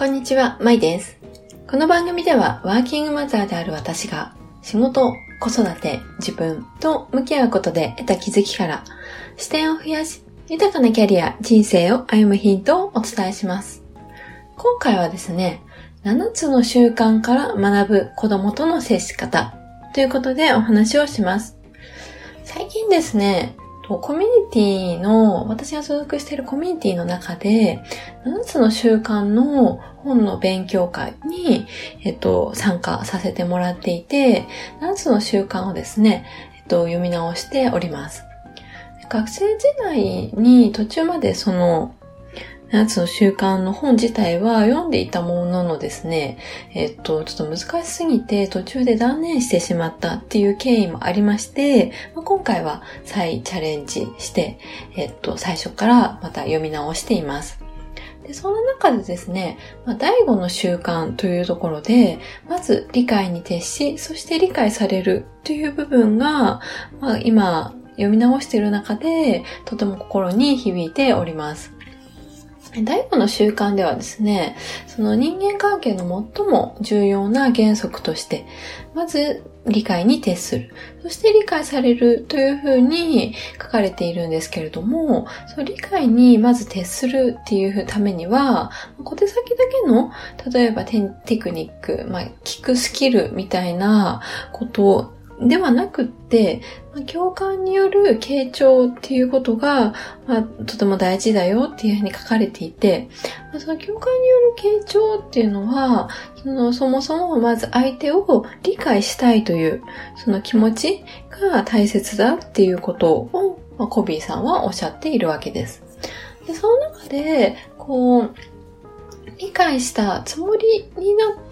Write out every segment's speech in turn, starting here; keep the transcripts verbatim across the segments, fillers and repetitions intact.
こんにちは、まいです。この番組ではワーキングマザーである私が仕事、子育て、自分と向き合うことで得た気づきから視点を増やし、豊かなキャリア、人生を歩むヒントをお伝えします。今回はですね、ななつの習慣から学ぶ子供との接し方ということでお話をします。最近ですね、コミュニティの、私が所属しているコミュニティの中で、ななつの習慣の本の勉強会に、えっと、参加させてもらっていて、ななつの習慣をですね、えっと、読み直しております。学生時代に途中までその、ななつの習慣の本自体は読んでいたもののですね、えっと、ちょっと難しすぎて途中で断念してしまったっていう経緯もありまして、まあ、今回は再チャレンジして、えっと、最初からまた読み直しています。で、その中でですね、まあ、だいごの習慣というところで、まず理解に徹し、そして理解されるという部分が、まあ、今読み直している中でとても心に響いております。だいごの習慣ではですね、その人間関係の最も重要な原則として、まず理解に徹する。そして理解されるというふうに書かれているんですけれども、その理解にまず徹するっていうためには、小手先だけの、例えばテクニック、まあ、聞くスキルみたいなことではなくって、まあ、共感による傾聴っていうことが、まあ、とても大事だよっていうふうに書かれていて、まあ、その共感による傾聴っていうのは、そのそもそもまず相手を理解したいというその気持ちが大切だっていうことを、まあ、コビーさんはおっしゃっているわけです。で、その中でこう理解したつもりになって、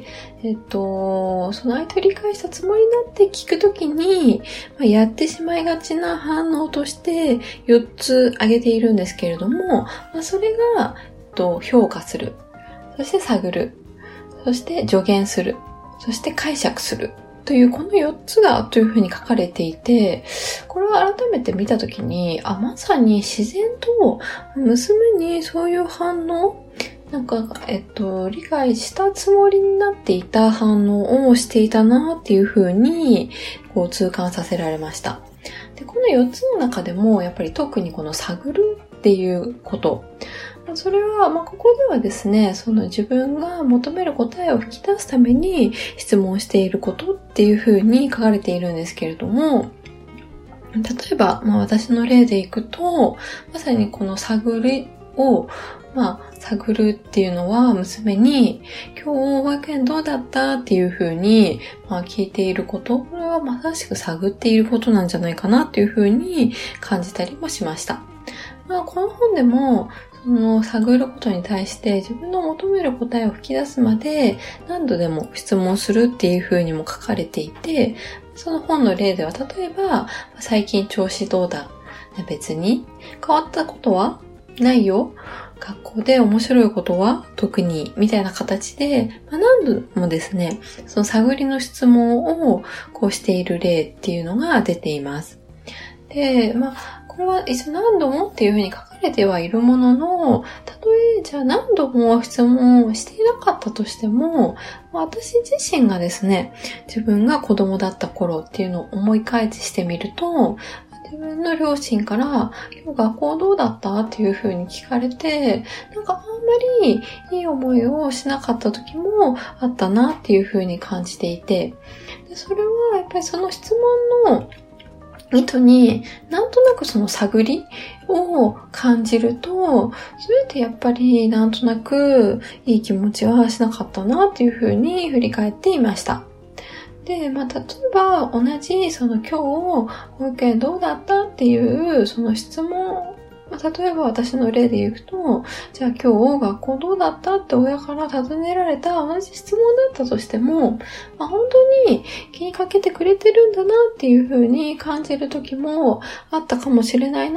えっと、その相手を理解したつもりになって聞くときに、まあ、やってしまいがちな反応としてよっつ挙げているんですけれども、まあ、それが、えっと、評価する。そして探る。そして助言する。そして解釈する。というこのよっつがというふうに書かれていて、これを改めて見たときに、あ、まさに自然と娘にそういう反応、なんか、えっと、理解したつもりになっていた反応をしていたなっていう風に、こう痛感させられました。で、このよっつの中でも、やっぱり特にこの探るっていうこと。それは、まあ、ここではですね、その自分が求める答えを引き出すために質問していることっていう風に書かれているんですけれども、例えば、まあ、私の例でいくと、まさにこの探りを、まあ、探るっていうのは娘に今日保育園どうだったっていう風に、まあ、聞いていること、これはまさしく探っていることなんじゃないかなっていう風に感じたりもしました。まあ、この本でもその探ることに対して自分の求める答えを吹き出すまで何度でも質問するっていう風にも書かれていて、その本の例では例えば最近調子どうだ？別に変わったことはないよ。学校で面白いことは特にみたいな形で、まあ、何度もですね、その探りの質問をこうしている例っていうのが出ています。で、まあ、これは一応何度もっていうふうに書かれてはいるものの、たとえじゃあ何度も質問をしていなかったとしても、まあ、私自身がですね、自分が子供だった頃っていうのを思い返してみると、自分の両親から今日学校どうだったっていう風に聞かれて、なんかあんまりいい思いをしなかった時もあったなっていう風に感じていて、でそれはやっぱりその質問の意図になんとなくその探りを感じると、それってやっぱりなんとなくいい気持ちはしなかったなっていう風に振り返っていました。で、まあ、例えば、同じ、その今日、保育園どうだったっていう、その質問、まあ、例えば私の例で言うと、じゃあ今日学校どうだったって親から尋ねられた同じ質問だったとしても、まあ、本当に気にかけてくれてるんだなっていう風に感じる時もあったかもしれないなっ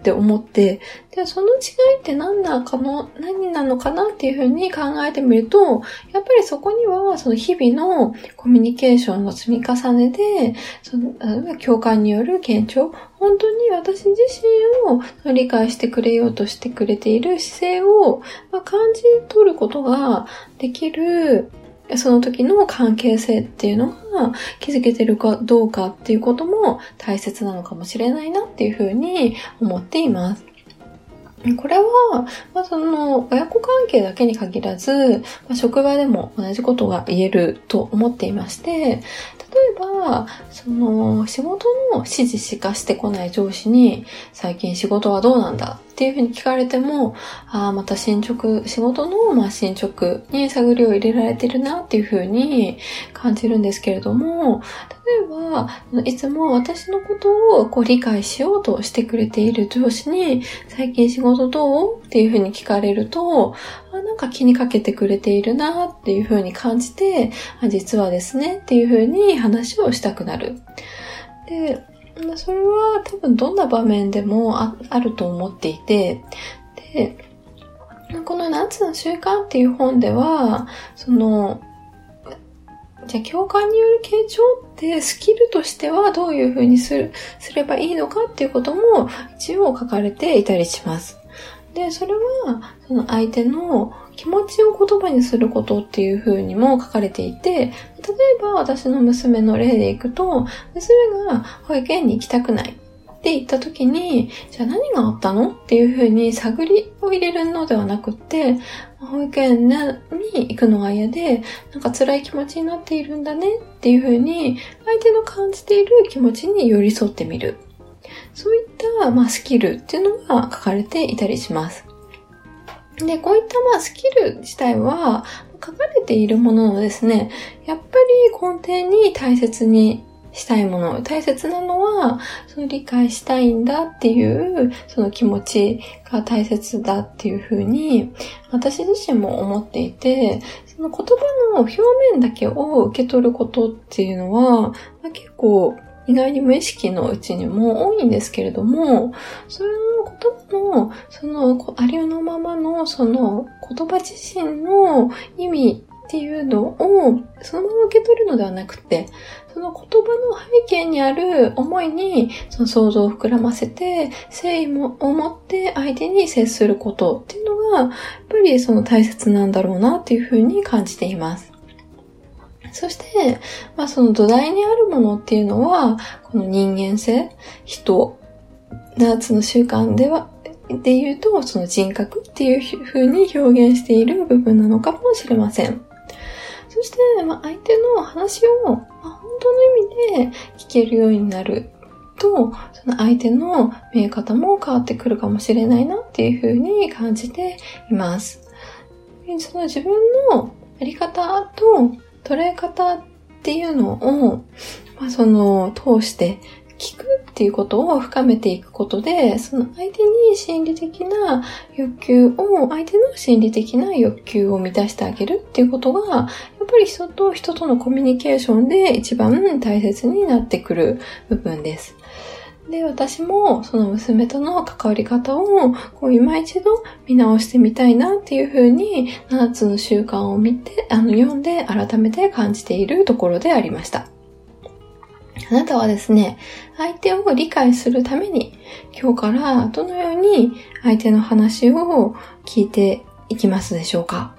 って思って、で、その違いって何なのかの、何なのかなっていうふうに考えてみると、やっぱりそこには、その日々のコミュニケーションの積み重ねで、その、例えば共感による傾聴、本当に私自身を理解してくれようとしてくれている姿勢を感じ取ることができる、その時の関係性っていうのが気づけてるかどうかっていうことも大切なのかもしれないなっていうふうに思っています。これは、まあ、その親子関係だけに限らず、まあ、職場でも同じことが言えると思っていまして、例えば、その仕事の指示しかしてこない上司に、最近仕事はどうなんだっていうふうに聞かれても、ああ、また進捗、仕事のまあ進捗に探りを入れられてるなっていうふうに感じるんですけれども、例えば、いつも私のことをこう理解しようとしてくれている上司に、最近仕事どうっていうふうに聞かれると、あ、なんか気にかけてくれているなっていうふうに感じて、あ、実はですねっていうふうに話をしたくなる。で、それは多分どんな場面でも あ, あると思っていて、で、このななつの習慣っていう本では、その、じゃあ共感による傾聴ってスキルとしてはどういうふうにする、すればいいのかっていうことも一応書かれていたりします。で、それはその相手の気持ちを言葉にすることっていうふうにも書かれていて、例えば私の娘の例でいくと、娘が保育園に行きたくないって言った時に、じゃあ何があったのっていうふうに探りを入れるのではなくって、保育園に行くのが嫌で、なんか辛い気持ちになっているんだねっていうふうに、相手の感じている気持ちに寄り添ってみる。そういった、まあ、スキルっていうのが書かれていたりします。で、こういったまあスキル自体は書かれているもののですね、やっぱり根底に大切にしたいもの、大切なのは、その理解したいんだっていう、その気持ちが大切だっていうふうに、私自身も思っていて、その言葉の表面だけを受け取ることっていうのは、まあ、結構意外に無意識のうちにも多いんですけれども、その言葉の、そのありのままの、その言葉自身の意味っていうのをそのまま受け取るのではなくて、その言葉の背景にある思いにその想像を膨らませて、誠意もを持って相手に接することっていうのが、やっぱりその大切なんだろうなっていうふうに感じています。そして、まあその土台にあるものっていうのは、この人間性、人、ななつの習慣では、で言うと、その人格っていう風に表現している部分なのかもしれません。そして、まあ、相手の話を、まあ、本当の意味で聞けるようになると、その相手の見え方も変わってくるかもしれないなっていう風に感じています。その自分のやり方と捉え方っていうのを、まあ、その通して聞くっていうことを深めていくことで、その相手に心理的な欲求を、相手の心理的な欲求を満たしてあげるっていうことが、やっぱり人と人とのコミュニケーションで一番大切になってくる部分です。で、私もその娘との関わり方をこう今一度見直してみたいなっていうふうにななつの習慣を見て、あの読んで改めて感じているところでありました。あなたはですね、相手を理解するために今日からどのように相手の話を聞いていきますでしょうか？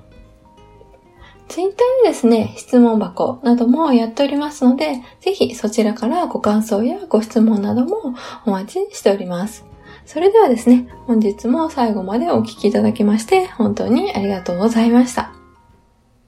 ツイッターでですね、質問箱などもやっておりますので、ぜひそちらからご感想やご質問などもお待ちしております。それではですね、本日も最後までお聞きいただきまして本当にありがとうございました。